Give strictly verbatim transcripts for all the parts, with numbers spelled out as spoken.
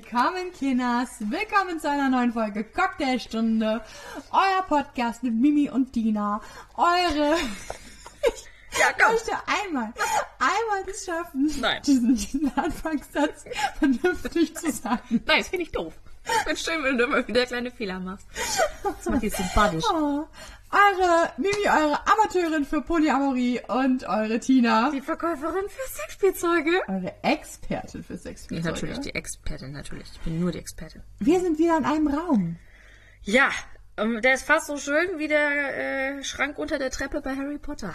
Willkommen, Kinders. Willkommen zu einer neuen Folge Cocktailstunde. Euer Podcast mit Mimi und Dina. Eure... Ja, ich möchte einmal, einmal es schaffen, Nein. Diesen, diesen Anfangssatz vernünftig zu sagen. Nein, das finde ich doof. Ich finde schön, wenn du immer wieder kleine Fehler machst. Das macht dich sympathisch. Oh. Eure, Mimi, eure Amateurin für Polyamorie und eure Tina. Die Verkäuferin für Sexspielzeuge. Eure Expertin für Ja, Sexspielzeuge. natürlich, die Expertin, natürlich. Ich bin nur die Expertin. Wir sind wieder in einem Raum. Ja, ähm, der ist fast so schön wie der äh, Schrank unter der Treppe bei Harry Potter.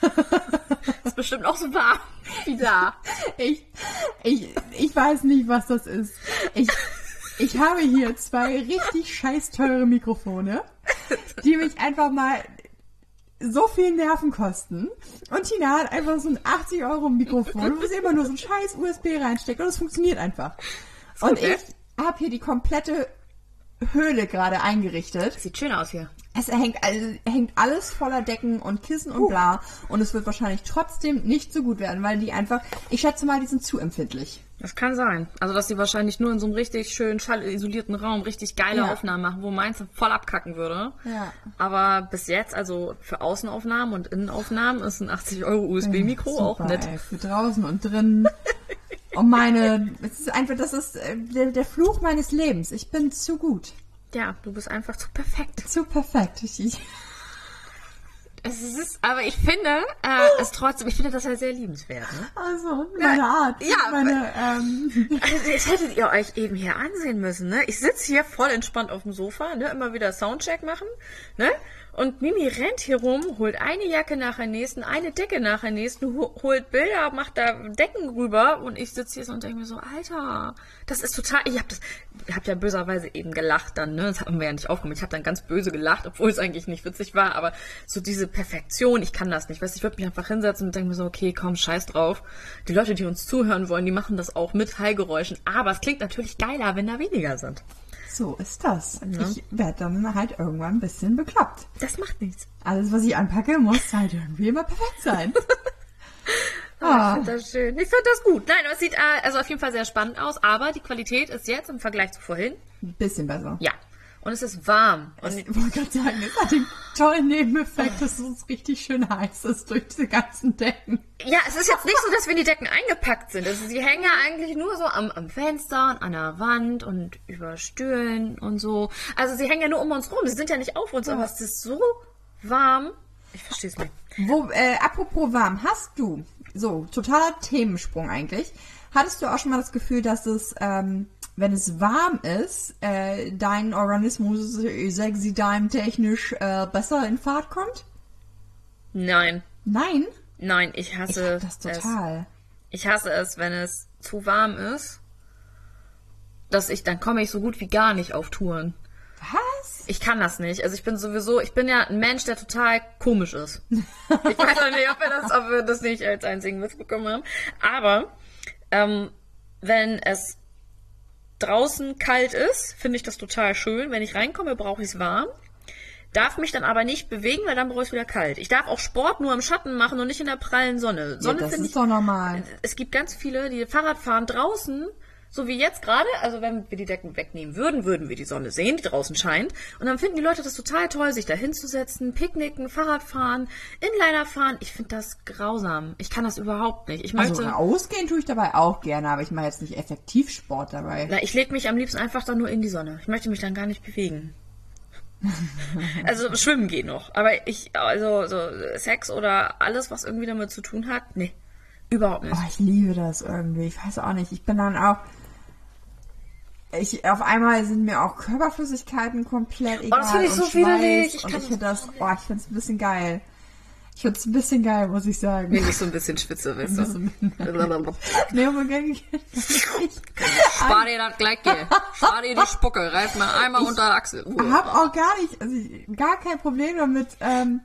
Ist bestimmt auch so warm wie da. Ich, ich, ich weiß nicht, was das ist. Ich, ich habe hier zwei richtig scheiß teure Mikrofone, die mich einfach mal so viel Nerven kosten. Und Tina hat einfach so ein achtzig Euro Mikrofon, wo sie immer nur so ein scheiß U S B reinsteckt und es funktioniert einfach. Und Okay. ich habe hier die komplette Höhle gerade eingerichtet. Sieht schön aus hier. Es hängt, all- hängt alles voller Decken und Kissen und bla. Und es wird wahrscheinlich trotzdem nicht so gut werden, weil die einfach, ich schätze mal, die sind zu empfindlich. Das kann sein. Also, dass die wahrscheinlich nur in so einem richtig schönen, schallisolierten Raum richtig geile Ja. Aufnahmen machen, wo meins voll abkacken würde. Ja. Aber bis jetzt, also für Außenaufnahmen und Innenaufnahmen, ist ein achtzig Euro U S B-Mikro Super, auch nett. Ey, für draußen und drin. Und meine, es ist einfach, das ist äh, der, der Fluch meines Lebens. Ich bin zu gut. Ja, du bist einfach zu perfekt. Zu perfekt. Ich, ich, Es ist, aber ich finde, äh, es trotzdem, ich finde das ja sehr liebenswert. Ne? also, meine Art. ja, meine, ähm, Also, jetzt hättet ihr euch eben hier ansehen müssen, ne? Ich sitze hier voll entspannt auf dem Sofa, ne? Immer wieder Soundcheck machen, ne? Und Mimi rennt hier rum, holt eine Jacke nach der nächsten, eine Decke nach der nächsten, ho- holt Bilder, macht da Decken rüber und ich sitze hier so und denke mir so, Alter, das ist total, ich hab das, ihr habt ja böserweise eben gelacht dann, ne? Das haben wir ja nicht aufgenommen. Ich habe dann ganz böse gelacht, obwohl es eigentlich nicht witzig war, aber so diese Perfektion, ich kann das nicht. Weißt du, ich würde mich einfach hinsetzen und denke mir so, okay, komm, scheiß drauf. Die Leute, die uns zuhören wollen, die machen das auch mit Hallgeräuschen, aber es klingt natürlich geiler, wenn da weniger sind. so ist das. Ich werde dann halt irgendwann ein bisschen bekloppt. Das macht nichts. Alles, was ich anpacke, muss halt irgendwie immer perfekt sein. Ah, ich finde das schön. Ich finde das gut. Nein, aber es sieht äh, also auf jeden Fall sehr spannend aus, aber die Qualität ist jetzt im Vergleich zu vorhin, Ein bisschen besser. ja. Und es ist warm. Und Ich wollte gerade sagen, es hat den tollen Nebeneffekt, dass es richtig schön heiß ist durch diese ganzen Decken. ja, es ist jetzt nicht so, dass wir in die Decken eingepackt sind. Also sie hängen ja eigentlich nur so am, am Fenster und an der Wand und über Stühlen und so. Also sie hängen ja nur um uns rum. Sie sind ja nicht auf uns, aber es ist so warm. Ich verstehe es nicht. Wo, äh, apropos warm, hast du, so, totaler Themensprung eigentlich, hattest du auch schon mal das Gefühl, dass es, ähm, wenn es warm ist, äh, dein Organismus sexy time technisch äh, besser in Fahrt kommt? Nein. Nein? Nein, ich Ich hasse hab das es. total. Ich hasse es, wenn es zu warm ist, dass ich, dann komme ich so gut wie gar nicht auf Touren. Was? Ich kann das nicht. Also ich bin sowieso, ich bin ja ein Mensch, der total komisch ist. Ich weiß auch nicht, ob wir das, ob wir das nicht als einzigen mitbekommen haben. Aber ähm, wenn es draußen kalt ist, finde ich das total schön. Wenn ich reinkomme, brauche ich es warm. Darf mich dann aber nicht bewegen, weil dann brauche ich es wieder kalt. Ich darf auch Sport nur im Schatten machen und nicht in der prallen Sonne. Ja, Sonne das finde ist ich. doch normal. Es gibt ganz viele, die Fahrrad fahren draußen, so wie jetzt gerade. Also wenn wir die Decken wegnehmen würden, würden wir die Sonne sehen, die draußen scheint. Und dann finden die Leute das total toll, sich da hinzusetzen, picknicken, Fahrrad fahren, Inliner fahren. Ich finde das grausam. Ich kann das überhaupt nicht. Ich möchte, Also rausgehen tue ich dabei auch gerne, aber ich mache jetzt nicht effektiv Sport dabei. na, ich lege mich am liebsten einfach dann nur in die Sonne. Ich möchte mich dann gar nicht bewegen. Also schwimmen geht noch. Aber ich, also so Sex oder alles, was irgendwie damit zu tun hat, nee, überhaupt nicht. Oh, ich liebe das irgendwie. Ich weiß auch nicht. Ich bin dann auch. Ich, auf einmal sind mir auch Körperflüssigkeiten komplett egal. Oh, das finde ich und so Schweiß widerlich. Ich und kann ich das finde das. Oh, ich finde es ein bisschen geil. Ich finde es ein bisschen geil, muss ich sagen. Wenn ich so ein bisschen schwitze, weißt du. Nee, aber ich, Spar dir das gleich, gell. Spar dir die Spucke, reif mal einmal unter der Achsel. ich habe auch gar nicht, also ich, gar kein Problem damit, ähm,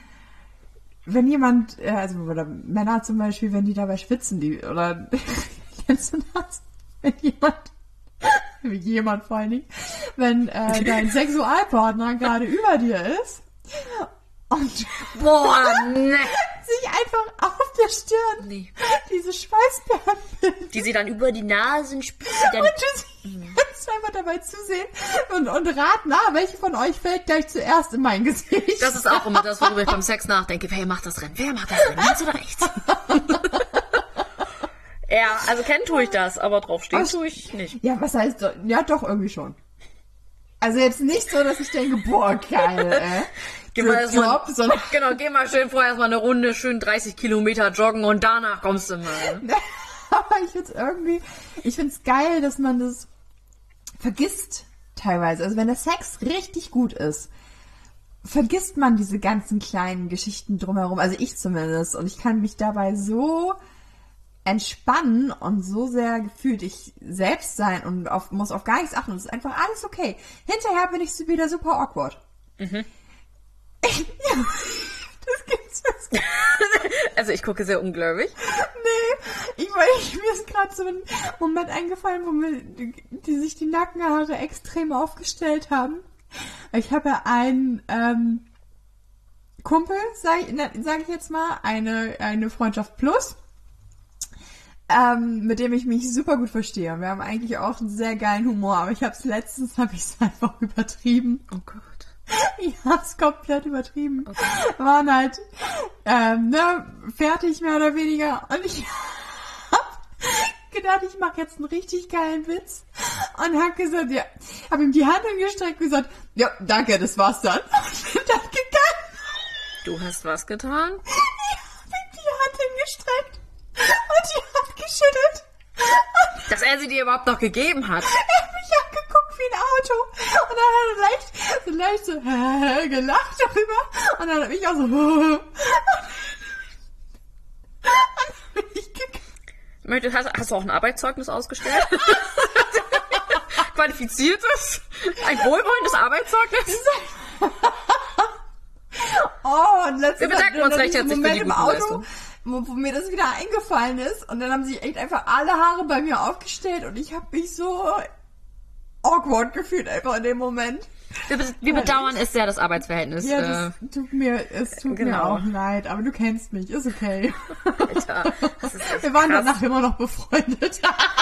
wenn jemand, äh, also oder Männer zum Beispiel, wenn die dabei schwitzen, die oder kennst du das? Wenn jemand, wie jemand vor allen Dingen, wenn äh, dein Sexualpartner gerade über dir ist und Boah, ne. sich einfach auf der Stirn Nee. diese Schweißperlen bilden. Die sie dann über die Nasenspitze dann... Und du kannst einfach dabei zusehen und, und rat nach, welche von euch fällt gleich zuerst in mein Gesicht. Das ist auch immer das, worüber ich beim Sex nachdenke. Wer macht das Rennen? Wer macht das Rennen? Links oder rechts? Ja, also kennen tue ich das, aber draufstehen Ach, tue ich nicht. Ja, was heißt, do- ja doch, irgendwie schon. Also jetzt nicht so, dass ich denke, boah, geil, äh. Geh mal der erstmal- Job, sondern Genau, geh mal schön vorher erstmal eine Runde, schön dreißig Kilometer joggen und danach kommst du mal. aber ich find's irgendwie, ich find's geil, dass man das vergisst teilweise. Also wenn der Sex richtig gut ist, vergisst man diese ganzen kleinen Geschichten drumherum. Also ich zumindest. Und ich kann mich dabei so entspannen und so sehr gefühlt ich selbst sein und auf, muss auf gar nichts achten. Und es ist einfach alles okay. Hinterher bin ich so wieder super awkward. Mhm. Ja, das gibt's jetzt. Also ich gucke sehr ungläubig. Nee, ich meine, ich, mir ist gerade so ein Moment eingefallen, wo mir die, die sich die Nackenhaare extrem aufgestellt haben. Ich habe ja einen ähm, Kumpel, sage ich, sag ich jetzt mal, eine, eine Freundschaft plus, ähm, mit dem ich mich super gut verstehe. Wir haben eigentlich auch einen sehr geilen Humor, aber ich habe es letztens, habe ich es einfach übertrieben. Oh Gott. Ich hab's komplett übertrieben. Okay. Waren halt ähm, ne, fertig mehr oder weniger und ich hab gedacht, ich mache jetzt einen richtig geilen Witz und hab gesagt, ja, hab ihm die Hand hingestreckt und gesagt, ja, danke, das war's dann. Und bin dann gegangen. Du hast was getan? Ich hab ihm die Hand hingestreckt und die Hand geschüttelt. Und Dass er sie dir überhaupt noch gegeben hat. er hat mich angeguckt wie ein Auto. Und dann hat er leicht, so leicht so äh, gelacht darüber. Und dann hab ich auch so und dann bin ich gegangen. Möchtest, hast, hast du auch ein Arbeitszeugnis ausgestellt? Qualifiziertes? Ein wohlwollendes Arbeitszeugnis? Oh, und letztens Wir bedanken uns recht herzlich für Moment die im guten Auto, Leistungen. wo, wo mir das wieder eingefallen ist. Und dann haben sich echt einfach alle Haare bei mir aufgestellt. Und ich habe mich so awkward gefühlt einfach in dem Moment. Wir, be- wir bedauern es sehr, das Arbeitsverhältnis. Ja, äh, das tut mir, es tut mir genau. auch leid. Aber du kennst mich, ist okay. Alter, das ist echt Wir waren krass. danach immer noch befreundet.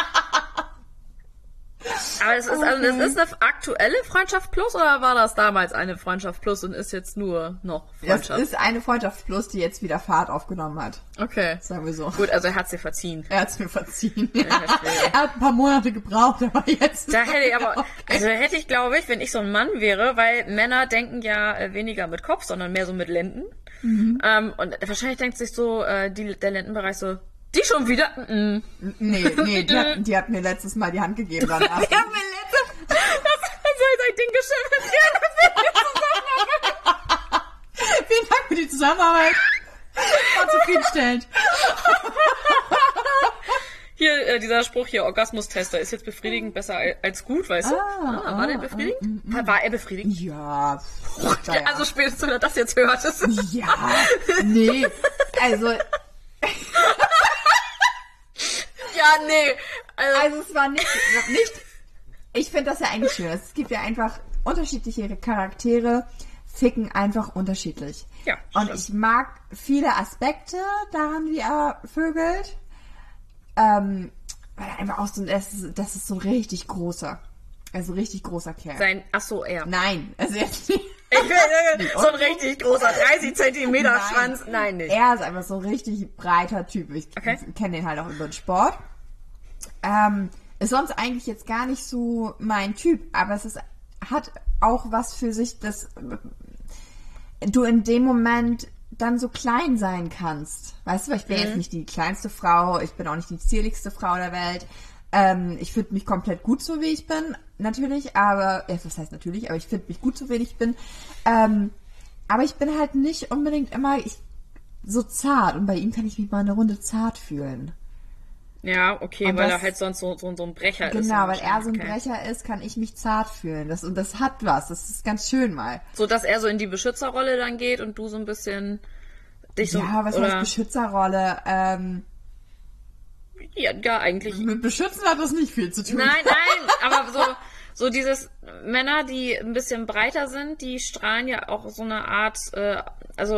Aber es ist, also, das ist eine aktuelle Freundschaft plus oder war das damals eine Freundschaft plus und ist jetzt nur noch Das Freundschaft? ist eine Freundschaft plus, die jetzt wieder Fahrt aufgenommen hat. Okay. Sagen wir so. Gut, also er hat sie verziehen. Er hat's mir verziehen. Ja, verstehe. er hat ein paar Monate gebraucht, aber jetzt ist Da hätte ich er aber, okay. also hätte ich, glaube ich, wenn ich so ein Mann wäre, weil Männer denken ja äh, weniger mit Kopf, sondern mehr so mit Lenden. Mhm. Ähm, und wahrscheinlich denkt sich so äh, die, der Lendenbereich so, die schon wieder? Mm. Nee, nee, die hat, die hat mir letztes Mal die Hand gegeben danach. Ja, mir letzte, das, das soll sein Ding geschüttelt. Vielen Dank für die Zusammenarbeit. War zufriedenstellend. Hier, äh, dieser Spruch hier, Orgasmustester, ist jetzt befriedigend besser al- als gut, weißt du? Ah, Ah, war der ah, befriedigend? War, war er befrdigend? Ja, pff, Ja, also spätestens, wenn er das jetzt hört. Ist ja, nee, also, ja, nee. Also, also es war nicht, nicht ich finde das ja eigentlich schön. Es gibt ja einfach unterschiedliche Charaktere, ficken einfach unterschiedlich. Ja, Und stimmt. ich mag viele Aspekte daran, wie er vögelt. Ähm, weil er einfach auch so, das ist, das ist so ein richtig großer, also richtig großer Kerl. sein, ach so, er. Nein, also jetzt nicht. Ich will so ein richtig großer dreißig Zentimeter Nein. Schwanz. Nein, nicht. Er ist einfach so ein richtig breiter Typ. Ich Okay. kenne den halt auch über den Sport. Ähm, ist sonst eigentlich jetzt gar nicht so mein Typ, aber es ist, hat auch was für sich, dass du in dem Moment dann so klein sein kannst. Weißt du, ich bin Mhm. jetzt nicht die kleinste Frau, ich bin auch nicht die zierlichste Frau der Welt. Ähm, ich finde mich komplett gut so, wie ich bin, natürlich, aber, ja, was heißt natürlich, aber ich finde mich gut so, wie ich bin. Ähm, aber ich bin halt nicht unbedingt immer ich, so zart und bei ihm kann ich mich mal eine Runde zart fühlen. Ja, okay, Und weil das- er halt sonst so, so, so ein Brecher ist. Genau, weil er so ein Okay. Brecher ist, kann ich mich zart fühlen. Das, und das hat was, das ist ganz schön mal. So, dass er so in die Beschützerrolle dann geht und du so ein bisschen dich so... Ja, was oder, heißt Beschützerrolle? Ähm, Ja, ja, eigentlich. mit Beschützen hat das nicht viel zu tun. Nein, nein, aber so, so dieses Männer, die ein bisschen breiter sind, die strahlen ja auch so eine Art, äh, also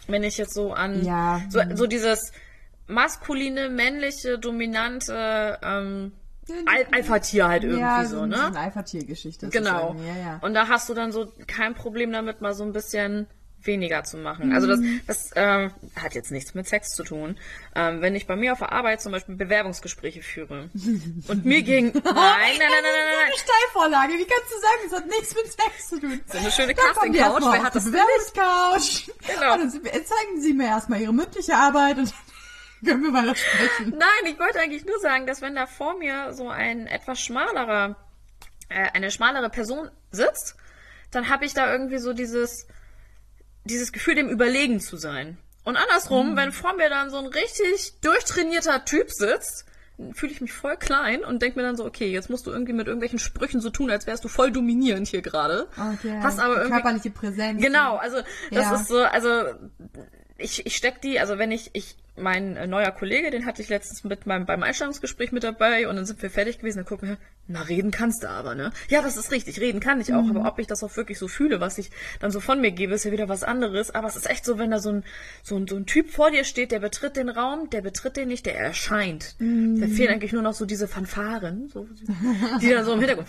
wenn ich jetzt so an Ja. so, so dieses maskuline, männliche, dominante ähm, Al- Alpha-Tier halt irgendwie ja, so, so ne? eine Alpha-Tier-Geschichte. Genau. Ja, ja. Und da hast du dann so kein Problem damit, mal so ein bisschen weniger zu machen. Also das, das ähm, hat jetzt nichts mit Sex zu tun. Ähm, wenn ich bei mir auf der Arbeit zum Beispiel Bewerbungsgespräche führe und mir gegen... Nein, nein, nein, nein, nein, nein, Eine Steilvorlage, wie kannst du sagen, das hat nichts mit Sex zu tun? So eine schöne Da kommen die Casting-Couch, erstmal wer auf hat die das denn Bewerbungscouch. Genau. Und dann sind wir- zeigen Sie mir erstmal Ihre mündliche Arbeit und dann können wir mal das sprechen. Nein, ich wollte eigentlich nur sagen, dass wenn da vor mir so ein etwas schmalerer, äh, eine schmalere Person sitzt, dann habe ich da irgendwie so dieses, dieses Gefühl, dem überlegen zu sein. Und andersrum, mhm. wenn vor mir dann so ein richtig durchtrainierter Typ sitzt, fühle ich mich voll klein und denke mir dann so, okay, jetzt musst du irgendwie mit irgendwelchen Sprüchen so tun, als wärst du voll dominierend hier gerade. Okay. Hast aber irgendwie körperliche Präsenz. Genau, also das Ja. ist so, also ich, ich steck die, also wenn ich, ich, mein äh, neuer Kollege, den hatte ich letztens mit meinem, beim Einstellungsgespräch mit dabei und dann sind wir fertig gewesen, dann gucken wir, na, reden kannst du aber, ne? Ja, das ist richtig, reden kann ich auch, Mhm. aber ob ich das auch wirklich so fühle, was ich dann so von mir gebe, ist ja wieder was anderes, aber es ist echt so, wenn da so ein, so ein, so ein Typ vor dir steht, der betritt den Raum, der betritt den nicht, der erscheint. Mhm. Da fehlen eigentlich nur noch so diese Fanfaren, so, die dann so im Hintergrund,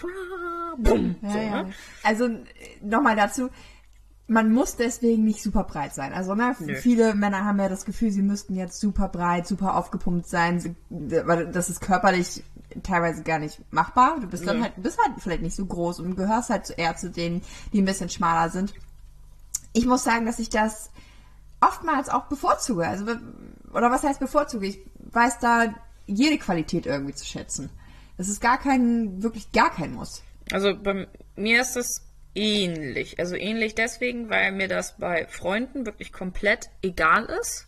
bumm, Ja, so, ja. ne? Also nochmal dazu, man muss deswegen nicht super breit sein. Also ne, Nö. viele Männer haben ja das Gefühl, sie müssten jetzt super breit, super aufgepumpt sein. Sie, weil das ist körperlich teilweise gar nicht machbar. Du bist dann Nö. halt, bist halt vielleicht nicht so groß und gehörst halt eher zu denen, die ein bisschen schmaler sind. Ich muss sagen, dass ich das oftmals auch bevorzuge. Also, oder was heißt bevorzuge? Ich weiß da jede Qualität irgendwie zu schätzen. Das ist gar kein, wirklich gar kein Muss. Also bei mir ist es ähnlich. Also ähnlich deswegen, weil mir das bei Freunden wirklich komplett egal ist.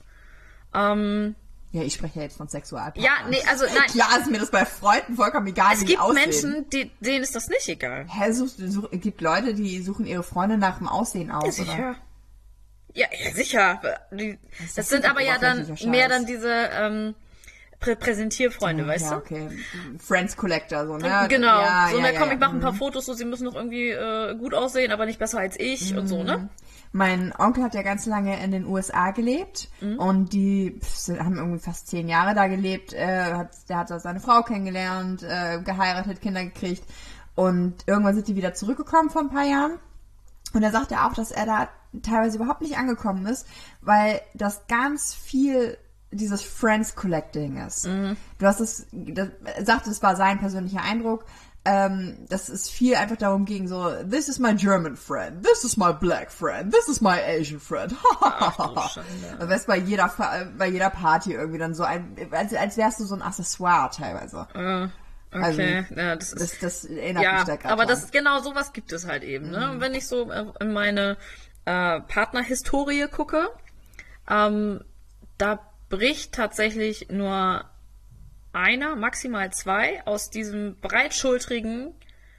Ähm, Ja, ich spreche ja jetzt von Sexualpartnern. ja, nee, also nein. Klar ist mir das bei Freunden vollkommen egal, Es wie die gibt aussehen. Menschen, die, denen ist das nicht egal. Hä, such, such, es gibt Leute, die suchen ihre Freunde nach dem Aussehen aus, Ja, oder? sicher. Ja, ja, sicher. Die, Das das ist sind doch aber ja dann oberflächlicher mehr Scheiß. dann diese ähm, Prä Präsentierfreunde, weißt ja, du? okay. Friends Collector, so, ne? Genau. Ja, so, ja, na ja, komm, ja. ich mache ein paar Fotos, so sie müssen noch irgendwie äh, gut aussehen, aber nicht besser als ich und so, ne? Mein Onkel hat ja ganz lange in den U S A gelebt und die pf, haben irgendwie fast zehn Jahre da gelebt. Äh, hat, der hat da seine Frau kennengelernt, äh, geheiratet, Kinder gekriegt und irgendwann sind die wieder zurückgekommen vor ein paar Jahren. Und er sagte auch, dass er da teilweise überhaupt nicht angekommen ist, weil das ganz viel dieses Friends Collecting ist. Mhm. Du hast es, das, er sagte, es war sein persönlicher Eindruck, ähm, dass es viel einfach darum ging, so, this is my German friend, this is my black friend, this is my Asian friend. Ach, du Schande. Du wärst bei jeder, bei jeder Party irgendwie dann so ein, als, als wärst du so ein Accessoire teilweise. Äh, Also, okay, ja, das ist... Das, das erinnert Ja, mich da gerade aber dran. das genau sowas gibt es halt eben. Ne? Und wenn ich so äh, in meine äh, Partnerhistorie gucke, ähm, da bricht tatsächlich nur einer, maximal zwei aus diesem breitschultrigen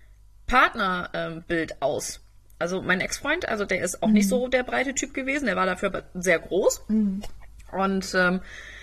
Partnerbild ähm, aus. Also mein Ex-Freund, also der ist auch Mhm. nicht so der breite Typ gewesen, der war dafür aber sehr groß. Mhm. Und ähm,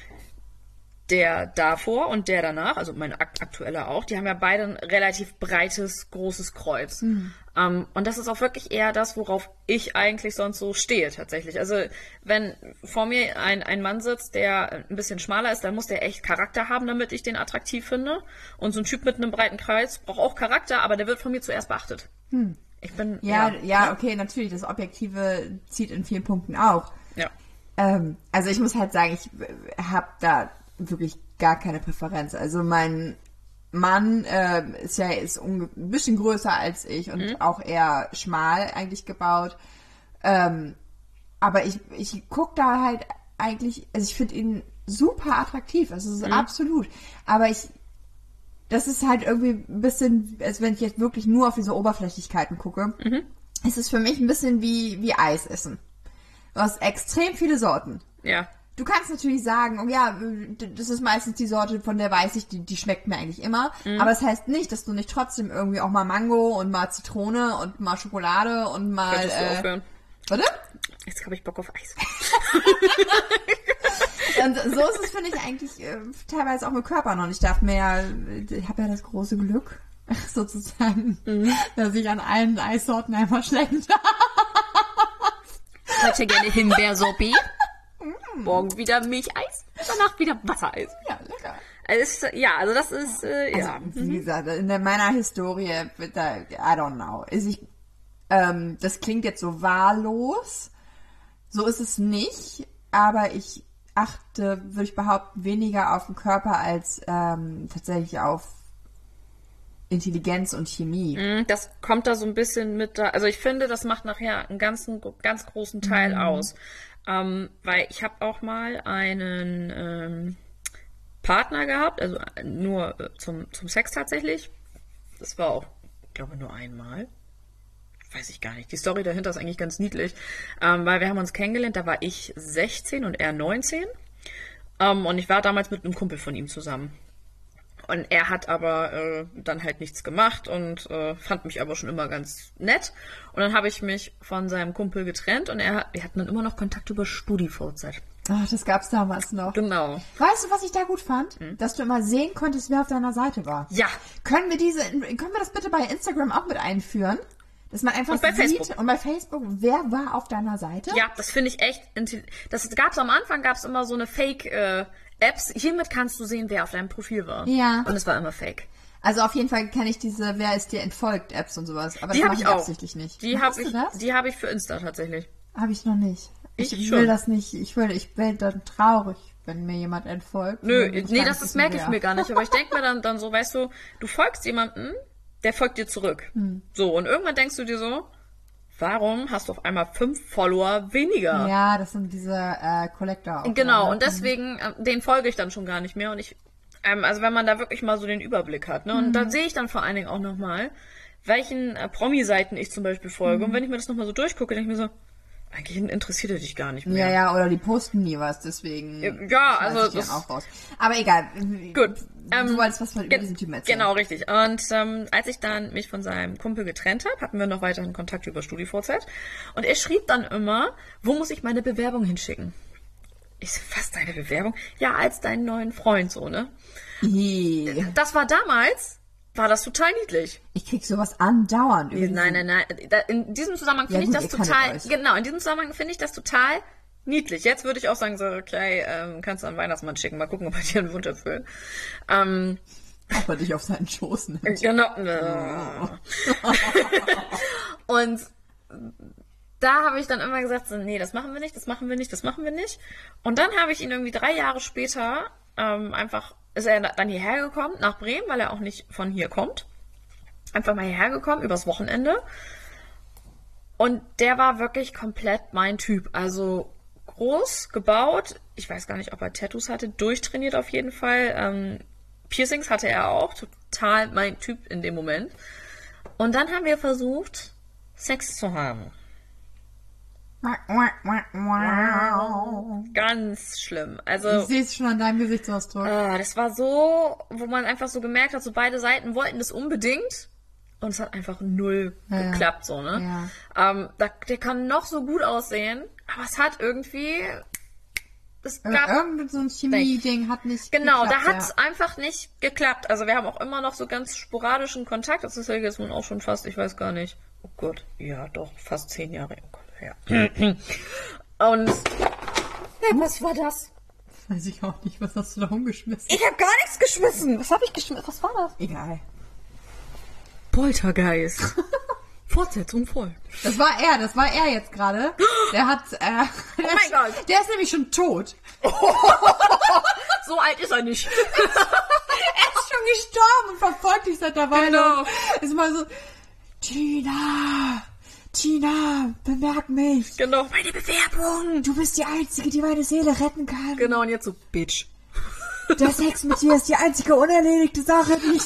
der davor und der danach, also mein ak- aktueller auch, die haben ja beide ein relativ breites, großes Kreuz. Mhm. Ähm, und das ist auch wirklich eher das, worauf ich eigentlich sonst so stehe tatsächlich. Also wenn vor mir ein, ein Mann sitzt, der ein bisschen schmaler ist, dann muss der echt Charakter haben, damit ich den attraktiv finde. Und so ein Typ mit einem breiten Kreuz braucht auch Charakter, aber der wird von mir zuerst beachtet. Hm. Ich bin... Ja, Ja, ja, okay, natürlich, das Objektive zieht in vielen Punkten auch. ja. Ähm, also ich muss halt sagen, ich habe da wirklich gar keine Präferenz. Also mein Mann äh, ist ja ist ein bisschen größer als ich und Mhm. auch eher schmal eigentlich gebaut. Ähm, aber ich, ich gucke da halt eigentlich, also ich finde ihn super attraktiv, also es ist Mhm. absolut. Aber ich, das ist halt irgendwie ein bisschen, als wenn ich jetzt wirklich nur auf diese Oberflächlichkeiten gucke, Mhm. es ist für mich ein bisschen wie, wie Eis essen. Du hast extrem viele Sorten. Ja. Du kannst natürlich sagen, oh ja, das ist meistens die Sorte, von der weiß ich, die, die schmeckt mir eigentlich immer. Mhm. Aber es das heißt nicht, dass du nicht trotzdem irgendwie auch mal Mango und mal Zitrone und mal Schokolade und mal... Könntest du Äh, aufhören. warte? Jetzt habe ich Bock auf Eis. Und so ist es, finde ich, eigentlich äh, teilweise auch mit Körpern. Und ich darf mir ja, ich habe ja das große Glück, sozusagen, Mhm. dass ich an allen Eissorten einmal schlecken darf. Heute gerne Himbeersorbet. Morgen wieder Milcheis, danach wieder Wassereis. Ja, lecker. Also, ja, also das ist, äh, Also, ja. wie gesagt, in meiner Historie, da, I don't know. Ist ich, ähm, das klingt jetzt so wahllos. So ist es nicht. Aber ich achte, würde ich behaupten, weniger auf den Körper als ähm, tatsächlich auf Intelligenz und Chemie. Das kommt da so ein bisschen mit da. Also ich finde, das macht nachher einen ganzen, ganz großen Teil mhm. aus. Ähm, weil ich habe auch mal einen ähm, Partner gehabt, also nur äh, zum, zum Sex tatsächlich. Das war auch, ich glaube, nur einmal. Weiß ich gar nicht. Die Story dahinter ist eigentlich ganz niedlich. Ähm, weil wir haben uns kennengelernt, da war ich sechzehn und er neunzehn. Ähm, und ich war damals mit einem Kumpel von ihm zusammen. Und er hat aber äh, dann halt nichts gemacht und äh, fand mich aber schon immer ganz nett. Und dann habe ich mich von seinem Kumpel getrennt und er, wir hatten dann immer noch Kontakt über StudiVZ. Ach, das gab's damals noch. Genau. Weißt du, was ich da gut fand? Hm? Dass du immer sehen konntest, wer auf deiner Seite war. Ja. Können wir diese, können wir das bitte bei Instagram auch mit einführen? Dass man einfach und bei sieht, Facebook. Und bei Facebook, wer war auf deiner Seite? Ja, das finde ich echt, das gab's am Anfang, gab's immer so eine Fake, äh, Apps, hiermit kannst du sehen, wer auf deinem Profil war. Ja. Und es war immer fake. Also auf jeden Fall kenne ich diese Wer ist dir entfolgt Apps und sowas. Aber die das habe mache ich ich auch. absichtlich nicht. Die habe ich, die habe ich für Insta tatsächlich. Habe ich noch nicht. Ich, Ich will schon. das nicht. Ich will, ich bin dann traurig, wenn mir jemand entfolgt. Nö, Dann will ich nee, gar das, nicht das wissen, merke ich wer. mir gar nicht. Aber ich denke mir dann, dann so, weißt du, du folgst jemandem, der folgt dir zurück. Hm. So, und irgendwann denkst du dir so, warum hast du auf einmal fünf Follower weniger? Ja, das sind diese äh, Collector. Genau, und deswegen, äh, den folge ich dann schon gar nicht mehr. Und ich, ähm, also wenn man da wirklich mal so den Überblick hat, ne? Und Mhm. dann sehe ich dann vor allen Dingen auch nochmal, welchen äh, Promi-Seiten ich zum Beispiel folge. Mhm. Und wenn ich mir das nochmal so durchgucke, denke ich mir so, eigentlich interessiert er dich gar nicht mehr. Ja, ja, oder die posten nie was, deswegen. Ja, schmeiß also ich die das- dann auch raus. Aber egal. Gut. Du Ähm, wolltest was von über Gen- diesen Typen erzählen. Genau, richtig. Und ähm, als ich dann mich von seinem Kumpel getrennt habe, hatten wir noch weiterhin Kontakt über StudiVZ. Und er schrieb dann immer, wo muss ich meine Bewerbung hinschicken? Ich so, was, deine Bewerbung? Ja, als deinen neuen Freund, so, ne? Ih. Das war damals, war das total niedlich. Ich krieg sowas andauernd. über Nein, diese- nein, nein. Da, in diesem Zusammenhang Ja, finde gut, ich das ihr kanntet total, euch. genau, in diesem Zusammenhang finde ich das total niedlich. Jetzt würde ich auch sagen, so, okay, ähm, kannst du an Weihnachtsmann schicken, mal gucken, ob er dir einen Wunsch erfüllt. Ähm, Ob er dich auf seinen Schoß nimmt. Genau. Und da habe ich dann immer gesagt, so, nee, das machen wir nicht, das machen wir nicht, das machen wir nicht. Und dann habe ich ihn irgendwie drei Jahre später ähm, einfach, ist er dann hierher gekommen, nach Bremen, weil er auch nicht von hier kommt. Einfach mal hierher gekommen, übers Wochenende. Und der war wirklich komplett mein Typ. Also groß, gebaut, ich weiß gar nicht, ob er Tattoos hatte, durchtrainiert auf jeden Fall. Ähm, Piercings hatte er auch, total mein Typ in dem Moment. Und dann haben wir versucht, Sex zu haben. Ganz schlimm. Also, Ich sehe es schon an deinem Gesichtsausdruck. äh, das war so, wo man einfach so gemerkt hat, so beide Seiten wollten das unbedingt. Und es hat einfach null Ja, geklappt, so, ne? Ja. Ähm, da, der kann noch so gut aussehen, aber es hat irgendwie, es Ir- gab, Irgend so ein Chemie-Ding hat nicht genau, da geklappt, hat es einfach nicht geklappt. Also wir haben auch immer noch so ganz sporadischen Kontakt. Das ist ja jetzt nun auch schon fast, ich weiß gar nicht. Oh Gott, ja doch, fast zehn Jahre. Oh Gott, ja. Und, ja, was war das? ja. Weiß ich auch nicht, was hast du da rumgeschmissen? Ich habe gar nichts geschmissen. Was habe ich geschmissen? Was war das? Egal. Poltergeist. Fortsetzung folgt. Das war er, das war er jetzt gerade. Der hat, äh, der, Oh mein Gott. der ist nämlich schon tot. So alt ist er nicht. Er ist schon gestorben und verfolgt dich seit der Weile. Genau. Ist immer so, Tina, Tina, bemerk mich. Genau. Meine Bewerbung. Du bist die Einzige, die meine Seele retten kann. Genau, und jetzt so, Bitch. Der Sex mit dir ist die einzige unerledigte Sache, die ich...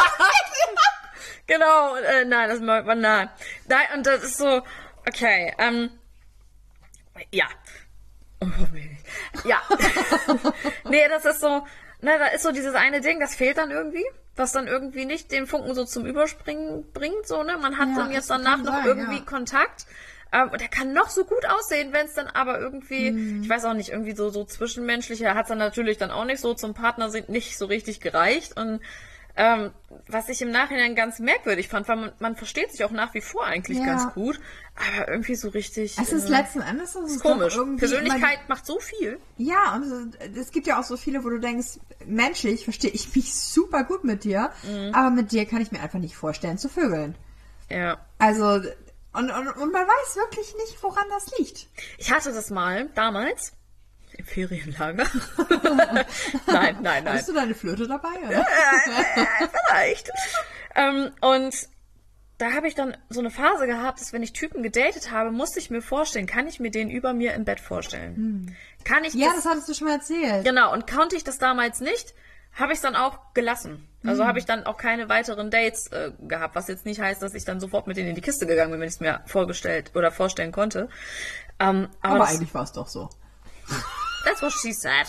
Genau, äh, nein, das mag man, nein. Nein, und das ist so, okay, ähm, ja. Oh, ja. Nee, das ist so, ne, da ist so dieses eine Ding, das fehlt dann irgendwie, was dann irgendwie nicht den Funken so zum Überspringen bringt, so, ne, man hat Ja, dann jetzt das danach kann noch sein, irgendwie ja. Kontakt, ähm, und der kann noch so gut aussehen, wenn es dann aber irgendwie, Mhm. ich weiß auch nicht, irgendwie so, so zwischenmenschlich, hat es dann natürlich dann auch nicht so zum Partner sind nicht so richtig gereicht und Ähm, was ich im Nachhinein ganz merkwürdig fand, weil man, man versteht sich auch nach wie vor eigentlich Ja. ganz gut, aber irgendwie so richtig Es ist äh, letzten Endes es ist komisch. doch irgendwie Persönlichkeit immer- macht so viel. Ja, und es- es gibt ja auch so viele, wo du denkst, menschlich verstehe ich mich super gut mit dir, Mhm. aber mit dir kann ich mir einfach nicht vorstellen zu vögeln. Ja. Also, und, und, und man weiß wirklich nicht, woran das liegt. Ich hatte das mal damals im Ferienlager. nein, nein, nein. Hattest du deine Flöte dabei? Oder? Äh, vielleicht. ähm, und da habe ich dann so eine Phase gehabt, dass wenn ich Typen gedatet habe, musste ich mir vorstellen, kann ich mir den über mir im Bett vorstellen? Kann ich Ja, das, das hattest du schon mal erzählt. genau, und konnte ich das damals nicht, habe ich es dann auch gelassen. Also Mhm. habe ich dann auch keine weiteren Dates äh, gehabt, was jetzt nicht heißt, dass ich dann sofort mit denen in die Kiste gegangen bin, wenn ich es mir vorgestellt oder vorstellen konnte. Ähm, aber Aber das, eigentlich war es doch so. That's what she said.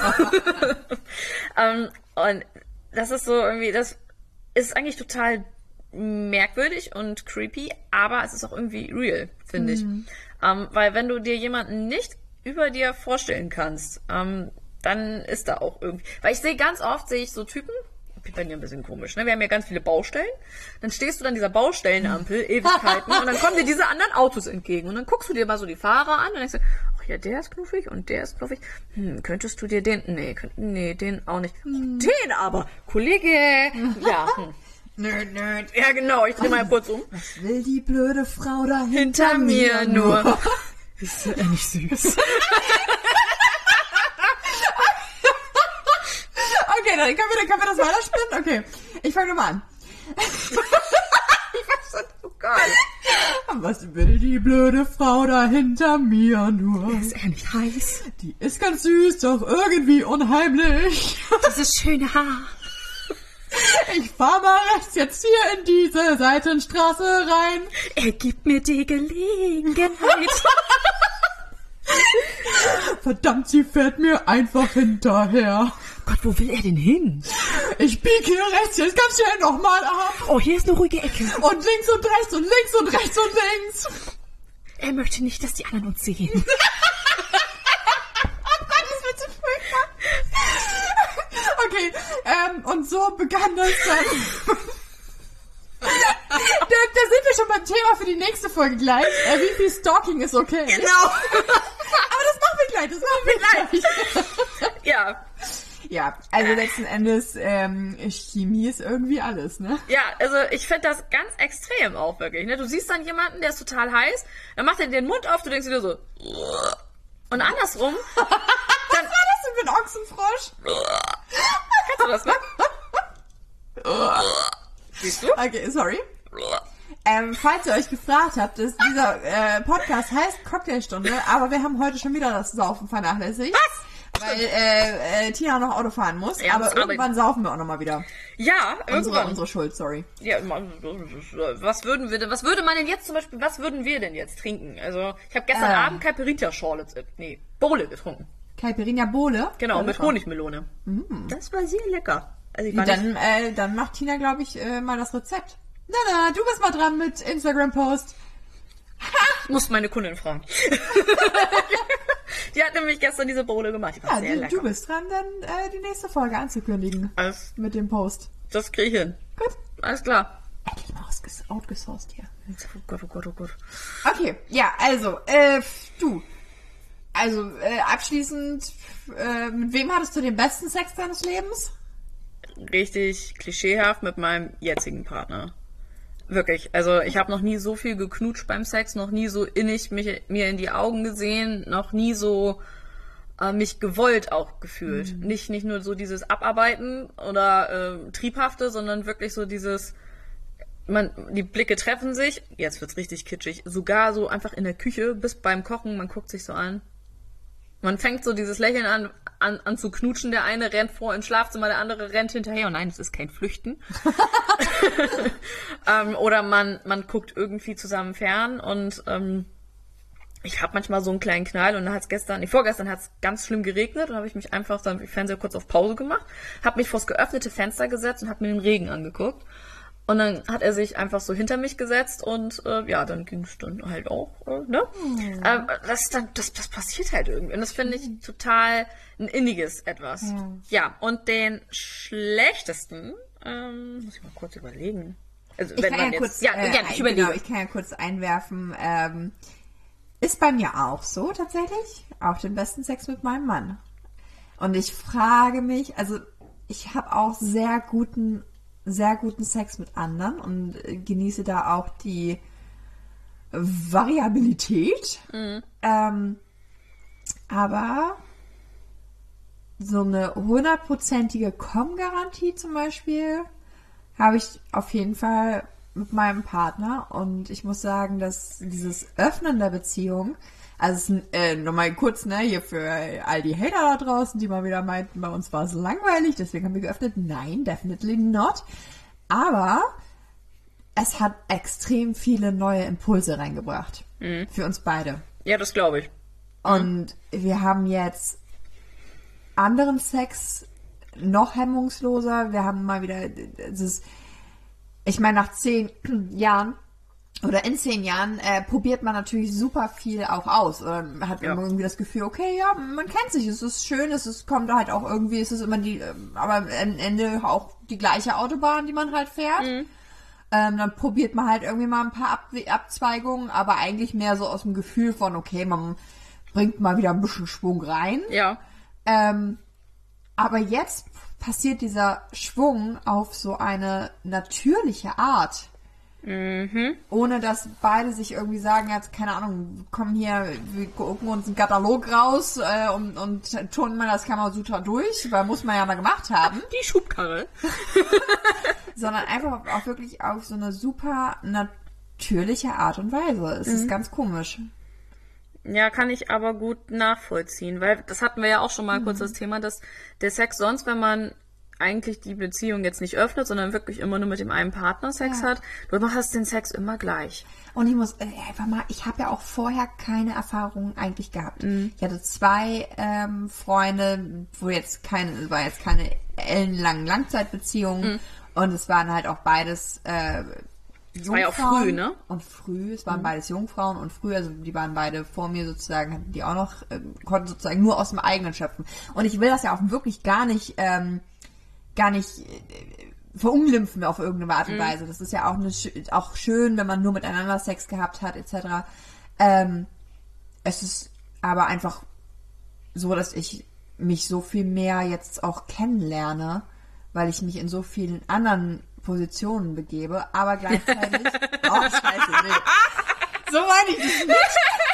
ähm, und das ist so irgendwie, das ist eigentlich total merkwürdig und creepy, aber es ist auch irgendwie real, finde ich. Ähm, weil wenn du dir jemanden nicht über dir vorstellen kannst, ähm, dann ist da auch irgendwie... Weil ich sehe ganz oft, sehe ich so Typen, ich bin ja ein bisschen komisch, ne? Wir haben ja ganz viele Baustellen. Dann stehst du an dieser Baustellenampel, Ewigkeiten, und dann kommen dir diese anderen Autos entgegen. Und dann guckst du dir mal so die Fahrer an und denkst, ach ja, der ist knuffig und der ist knuffig. Hm, könntest du dir den... Nee, könnt, nee, den auch nicht. Hm. Den aber! Kollege! Ja, hm. Nerd, nerd. Ja, genau, ich dreh mal kurz um. Was will die blöde Frau da Hinter mir nur. Ist ja nicht süß. Okay, dann können wir, dann können wir das weiterspinnen? Okay, ich fange mal an. Oh Gott. Was will die blöde Frau da hinter mir nur? Ist er nicht heiß? Die ist ganz süß, doch irgendwie unheimlich. Dieses schöne Haar. Ich fahr mal rechts jetzt hier in diese Seitenstraße rein. Er gibt mir die Gelegenheit. Verdammt, sie fährt mir einfach hinterher. Gott, wo will er denn hin? Ich bieg hier rechts jetzt ganz schnell nochmal ab. Oh, hier ist eine ruhige Ecke. Und links und rechts und links und rechts und links. Er möchte nicht, dass die anderen uns sehen. Oh Gott, das wird so furchtbar. Okay, ähm, und so begann das dann. da, da sind wir schon beim Thema für die nächste Folge gleich. Äh, wie viel Stalking ist okay? Genau. Aber das machen wir gleich, das machen wir gleich. Ja. Ja, also letzten Endes, ähm, Chemie ist irgendwie alles, ne? Ja, also ich finde das ganz extrem auch wirklich. Ne? Du siehst dann jemanden, der ist total heiß, dann macht er den Mund auf, du denkst dir so. Und andersrum. Was war das denn für ein Ochsenfrosch? Kannst du das, ne? Siehst du? Okay, sorry. Ähm, falls ihr euch gefragt habt, ist dieser äh, Podcast heißt Cocktailstunde, aber wir haben heute schon wieder das Saufen vernachlässigt. Was? Weil äh, äh, Tina noch Auto fahren muss, Ja, aber muss irgendwann arbeiten. saufen wir auch nochmal wieder. Ja, Unsere, irgendwann. unsere Schuld, sorry. Ja, was würden wir denn, was würde man denn jetzt zum Beispiel, was würden wir denn jetzt trinken? Also, ich habe gestern Ähm. Abend Caipirinha-Schorle, äh, nee, Bowle getrunken. Caipirinha Bowle. Genau, Ja, mit lecker. Honigmelone. Das war sehr lecker. Also ich war Dann, äh, dann macht Tina, glaube ich, äh, mal das Rezept. Na, na, du bist mal dran mit Instagram-Post. nicht, muss meine Kundin fragen. Die hat nämlich gestern diese Bowle gemacht. Die war Ja, sehr du, lecker. du bist dran, dann äh, die nächste Folge anzukündigen. Alles, Mit dem Post. das krieg ich hin. Gut. Alles klar. Endlich mal ausges- outgesourced hier. Oh Gott, oh Gott, oh Gott. Okay, ja, also, äh, du. Also, äh, abschließend, äh, mit wem hattest du den besten Sex deines Lebens? Richtig klischeehaft mit meinem jetzigen Partner. Wirklich. Also ich habe noch nie so viel geknutscht beim Sex, noch nie so innig mich, mir in die Augen gesehen, noch nie so äh, mich gewollt auch gefühlt. Mhm. Nicht, nicht nur so dieses Abarbeiten oder äh, Triebhafte, sondern wirklich so dieses, man, die Blicke treffen sich, jetzt wird's richtig kitschig, sogar so einfach in der Küche, bis beim Kochen, man guckt sich so an. Man fängt so dieses Lächeln an, an, an zu knutschen. Der eine rennt vor ins Schlafzimmer, der andere rennt hinterher. Und nein, es ist kein Flüchten. ähm, oder man, man guckt irgendwie zusammen fern. Und ähm, ich habe manchmal so einen kleinen Knall. Und dann hat's gestern, nee, vorgestern hat's ganz schlimm geregnet. Und habe ich mich einfach dann den Fernseher kurz auf Pause gemacht. Habe mich vors geöffnete Fenster gesetzt und habe mir den Regen angeguckt. Und dann hat er sich einfach so hinter mich gesetzt und äh, ja, dann ging es dann halt auch, äh, ne? Mhm. Ähm, das ist dann, das, das passiert halt irgendwie. Und das finde ich total ein inniges etwas. Mhm. Ja, und den schlechtesten, Ähm, muss ich mal kurz überlegen. Also, Ich wenn kann man ja jetzt, kurz, ja, äh, ja, ich überlege. Genau, ich kann ja kurz einwerfen. Ähm, ist bei mir auch so tatsächlich. Auch den besten Sex mit meinem Mann. Und ich frage mich, also ich habe auch sehr guten, sehr guten Sex mit anderen und genieße da auch die Variabilität. Mhm. Ähm, aber so eine hundertprozentige Komm-Garantie zum Beispiel habe ich auf jeden Fall mit meinem Partner. Und ich muss sagen, dass dieses Öffnen der Beziehung, also es ist, äh, nochmal kurz, ne, hier für all die Hater da draußen, die mal wieder meinten, bei uns war es langweilig, deswegen haben wir geöffnet. Nein, definitely not. Aber es hat extrem viele neue Impulse reingebracht. Mhm. Für uns beide. Ja, das glaube ich. Und wir haben jetzt anderen Sex noch hemmungsloser. Wir haben mal wieder, es ist, ich meine, nach zehn Jahren oder in zehn Jahren äh, probiert man natürlich super viel auch aus. Oder hat Ja. irgendwie das Gefühl, okay, ja, man kennt sich, es ist schön, es ist, kommt halt auch irgendwie, es ist immer die, äh, aber am Ende auch die gleiche Autobahn, die man halt fährt. Mhm. Ähm, dann probiert man halt irgendwie mal ein paar Ab Abzweigungen, aber eigentlich mehr so aus dem Gefühl von, okay, man bringt mal wieder ein bisschen Schwung rein. Ja. Ähm, aber jetzt passiert dieser Schwung auf so eine natürliche Art. Mhm. Ohne dass beide sich irgendwie sagen, jetzt, keine Ahnung, wir kommen hier, wir gucken uns einen Katalog raus äh, und, und turnen mal das Kamasutra durch, weil muss man ja mal gemacht haben. Die Schubkarre. Sondern einfach auch wirklich auf so eine super natürliche Art und Weise. Es ist ganz komisch. Ja, kann ich aber gut nachvollziehen, weil das hatten wir ja auch schon mal kurz das Thema, dass der Sex sonst, wenn man eigentlich die Beziehung jetzt nicht öffnet, sondern wirklich immer nur mit dem einen Partner Sex Ja. hat, du machst den Sex immer gleich. Und ich muss äh, einfach mal, ich habe ja auch vorher keine Erfahrungen eigentlich gehabt. Ich hatte zwei ähm, Freunde, wo jetzt keine, es war jetzt keine ellenlangen Langzeitbeziehungen Mhm. und es waren halt auch beides äh, war ja auch Jungfrauen früh, ne? Und früh, es waren beides Jungfrauen und früh, also die waren beide vor mir sozusagen, hatten die auch noch, äh, konnten sozusagen nur aus dem eigenen schöpfen. Und ich will das ja auch wirklich gar nicht, ähm, gar nicht äh, verunglimpfen auf irgendeine Art und Mhm. Weise. Das ist ja auch, eine, sch- auch schön, wenn man nur miteinander Sex gehabt hat, et cetera. Ähm, es ist aber einfach so, dass ich mich so viel mehr jetzt auch kennenlerne, weil ich mich in so vielen anderen Positionen begebe, aber gleichzeitig... oh, scheiße, nee. So meine ich das nicht.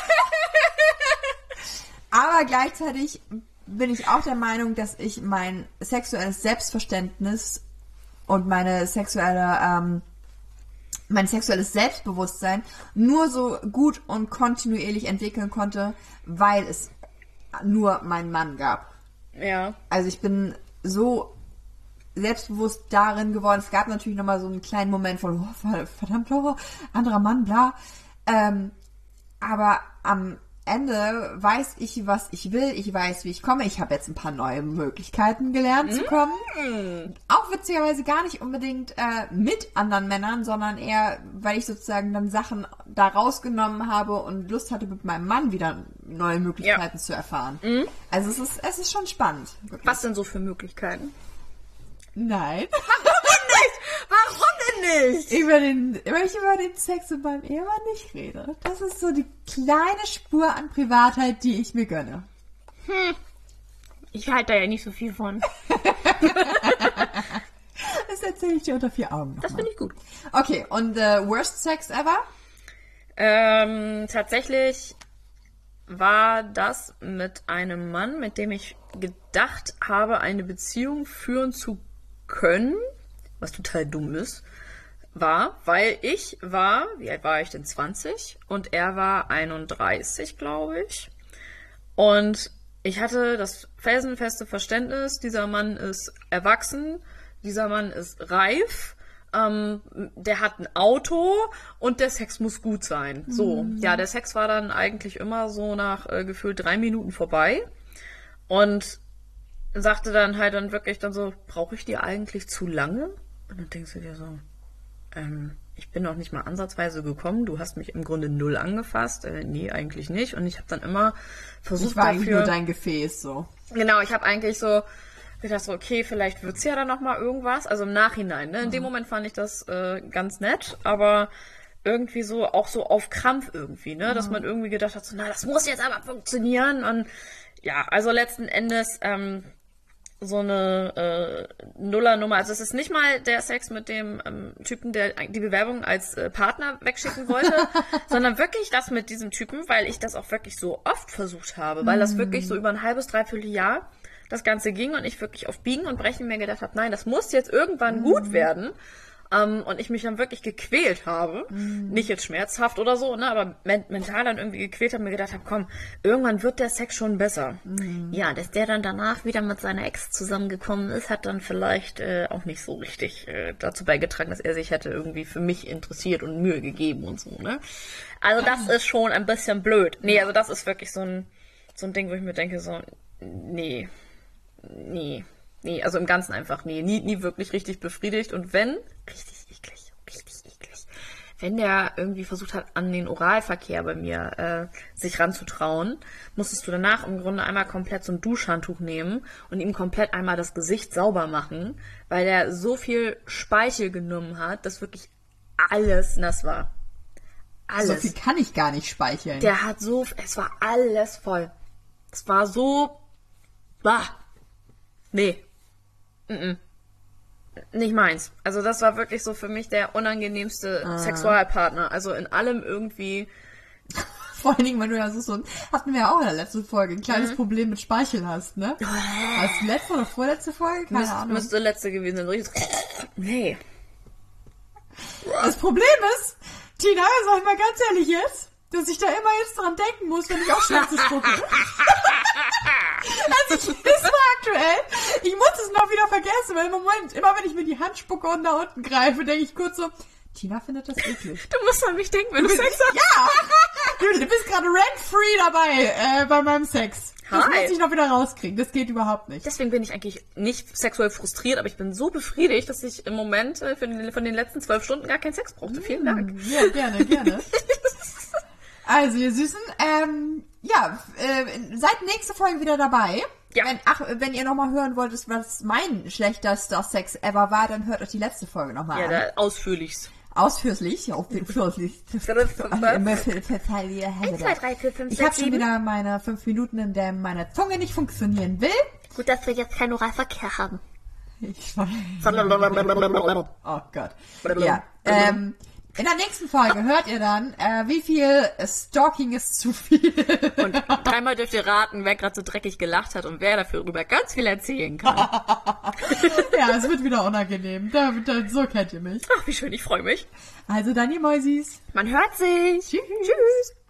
Aber gleichzeitig bin ich auch der Meinung, dass ich mein sexuelles Selbstverständnis und meine sexuelle, ähm, mein sexuelles Selbstbewusstsein nur so gut und kontinuierlich entwickeln konnte, weil es nur meinen Mann gab. Ja. Also ich bin so selbstbewusst darin geworden. Es gab natürlich nochmal so einen kleinen Moment von, oh, verdammt, oh, anderer Mann, bla. Ähm, aber am Ende weiß ich, was ich will. Ich weiß, wie ich komme. Ich habe jetzt ein paar neue Möglichkeiten gelernt zu kommen. Auch witzigerweise gar nicht unbedingt äh, mit anderen Männern, sondern eher, weil ich sozusagen dann Sachen da rausgenommen habe und Lust hatte, mit meinem Mann wieder neue Möglichkeiten Ja. zu erfahren. Also es ist, es ist schon spannend. Wirklich. Was denn so für Möglichkeiten? Nein. Warum denn nicht? über den, wenn ich über den Sex mit meinem Ehemann nicht rede. Das ist so die kleine Spur an Privatheit, die ich mir gönne. Ich halte da ja nicht so viel von. Das erzähle ich dir unter vier Augen Das nochmal. finde ich gut. Okay, und äh, worst Sex ever? Ähm, tatsächlich war das mit einem Mann, mit dem ich gedacht habe, eine Beziehung führen zu können, was total dumm ist, war, weil ich war, wie alt war ich denn, zwanzig und er war einunddreißig, glaube ich. Und ich hatte das felsenfeste Verständnis, dieser Mann ist erwachsen, dieser Mann ist reif, ähm, der hat ein Auto und der Sex muss gut sein. So, Mhm. ja, der Sex war dann eigentlich immer so nach äh, gefühlt drei Minuten vorbei und sagte dann halt dann wirklich dann so, brauche ich die eigentlich zu lange? Und dann denkst du dir so, ähm, ich bin noch nicht mal ansatzweise gekommen, du hast mich im Grunde null angefasst, äh, nee, eigentlich nicht. Und ich habe dann immer versucht Ich war eigentlich dafür... nur dein Gefäß, so. Genau, ich habe eigentlich so Ich dachte so, okay, vielleicht wird's ja dann nochmal irgendwas. Also im Nachhinein, ne? In dem Moment fand ich das äh, ganz nett, aber irgendwie so, auch so auf Krampf irgendwie, ne? Dass man irgendwie gedacht hat, so, na, das muss jetzt aber funktionieren. Und ja, also letzten Endes ähm, so eine äh, Nullernummer. Also es ist nicht mal der Sex mit dem ähm, Typen, der die Bewerbung als äh, Partner wegschicken wollte, sondern wirklich das mit diesem Typen, weil ich das auch wirklich so oft versucht habe, weil das wirklich so über ein halbes, dreiviertel Jahr das Ganze ging und ich wirklich auf Biegen und Brechen mir gedacht habe, nein, das muss jetzt irgendwann gut werden. Um, und ich mich dann wirklich gequält habe, mm. nicht jetzt schmerzhaft oder so, ne, aber men- mental dann irgendwie gequält habe, mir gedacht habe, komm, irgendwann wird der Sex schon besser. Mm. Ja, dass der dann danach wieder mit seiner Ex zusammengekommen ist, hat dann vielleicht äh, auch nicht so richtig äh, dazu beigetragen, dass er sich hätte irgendwie für mich interessiert und Mühe gegeben und so, ne. Also das ist schon ein bisschen blöd. Nee, also das ist wirklich so ein, so ein Ding, wo ich mir denke, so, nee, nee. Nee, also im Ganzen einfach nee, nie, nie wirklich richtig befriedigt. Und wenn, richtig eklig, richtig eklig, wenn der irgendwie versucht hat, an den Oralverkehr bei mir äh, sich ranzutrauen, musstest du danach im Grunde einmal komplett so ein Duschhandtuch nehmen und ihm komplett einmal das Gesicht sauber machen, weil der so viel Speichel genommen hat, dass wirklich alles nass war. Alles. So viel kann ich gar nicht speicheln. Der hat so, es war alles voll. Es war so, bah, nee. Mm-mm. Nicht meins. Also das war wirklich so für mich der unangenehmste ah. Sexualpartner. Also in allem irgendwie. Vor allen Dingen, wenn du ja so, so hatten wir ja auch in der letzten Folge, ein kleines mhm. Problem mit Speichel hast, ne? War es die letzte oder vorletzte Folge? Keine Müsst, Ahnung. Müsste letzte gewesen sein. Nee. Das Problem ist, Tina, sag ich mal ganz ehrlich jetzt, dass ich da immer jetzt dran denken muss, wenn ich auch Schmerzen spucke. Also ich ist so aktuell. Ich muss es noch wieder vergessen, weil im Moment, immer wenn ich mir die Hand spucke und nach unten greife, denke ich kurz so, Tina findet das eklig. Du musst an mich denken, wenn du, du Sex hast. Ja! Du, du bist gerade rent-free dabei äh, bei meinem Sex. Das Hi. muss ich noch wieder rauskriegen. Das geht überhaupt nicht. Deswegen bin ich eigentlich nicht sexuell frustriert, aber ich bin so befriedigt, dass ich im Moment äh, für den, von den letzten zwölf Stunden gar keinen Sex brauchte. Vielen Dank. Ja, gerne, gerne. Also, ihr Süßen, ähm, ja, äh, seid nächste Folge wieder dabei. Ja. Wenn, ach, wenn ihr nochmal hören wollt, was mein schlechtester Sex ever war, dann hört euch die letzte Folge nochmal ja, an. Ja, ausführlichst. Ausführlich, ausführlich. eins, zwei, drei, vier, fünf, ich habe schon wieder meine fünf Minuten, in der meine Zunge nicht funktionieren will. Gut, dass wir jetzt keinen Oralverkehr haben. Ich weiß. Oh Gott. Ja, ähm, in der nächsten Folge hört ihr dann, äh, wie viel Stalking ist zu viel. Und dreimal dürft ihr raten, wer gerade so dreckig gelacht hat und wer dafür darüber ganz viel erzählen kann. Ja, es wird wieder unangenehm. Da, da, so kennt ihr mich. Ach, wie schön, ich freue mich. Also dann, ihr Mäusis. Man hört sich. Tschüss. Tschüss.